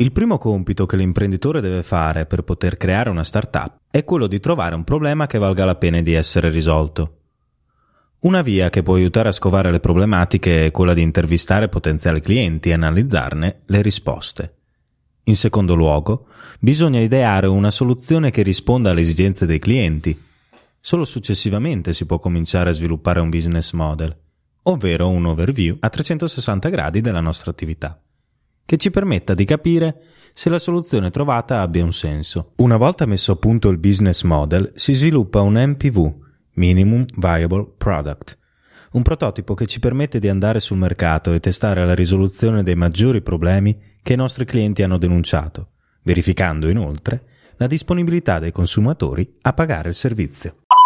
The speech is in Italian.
Il primo compito che l'imprenditore deve fare per poter creare una startup è quello di trovare un problema che valga la pena di essere risolto. Una via che può aiutare a scovare le problematiche è quella di intervistare potenziali clienti e analizzarne le risposte. In secondo luogo, bisogna ideare una soluzione che risponda alle esigenze dei clienti. Solo successivamente si può cominciare a sviluppare un business model, ovvero un overview a 360 gradi della nostra attività, che ci permetta di capire se la soluzione trovata abbia un senso. Una volta messo a punto il business model, si sviluppa un MPV, Minimum Viable Product, un prototipo che ci permette di andare sul mercato e testare la risoluzione dei maggiori problemi che i nostri clienti hanno denunciato, verificando inoltre la disponibilità dei consumatori a pagare il servizio.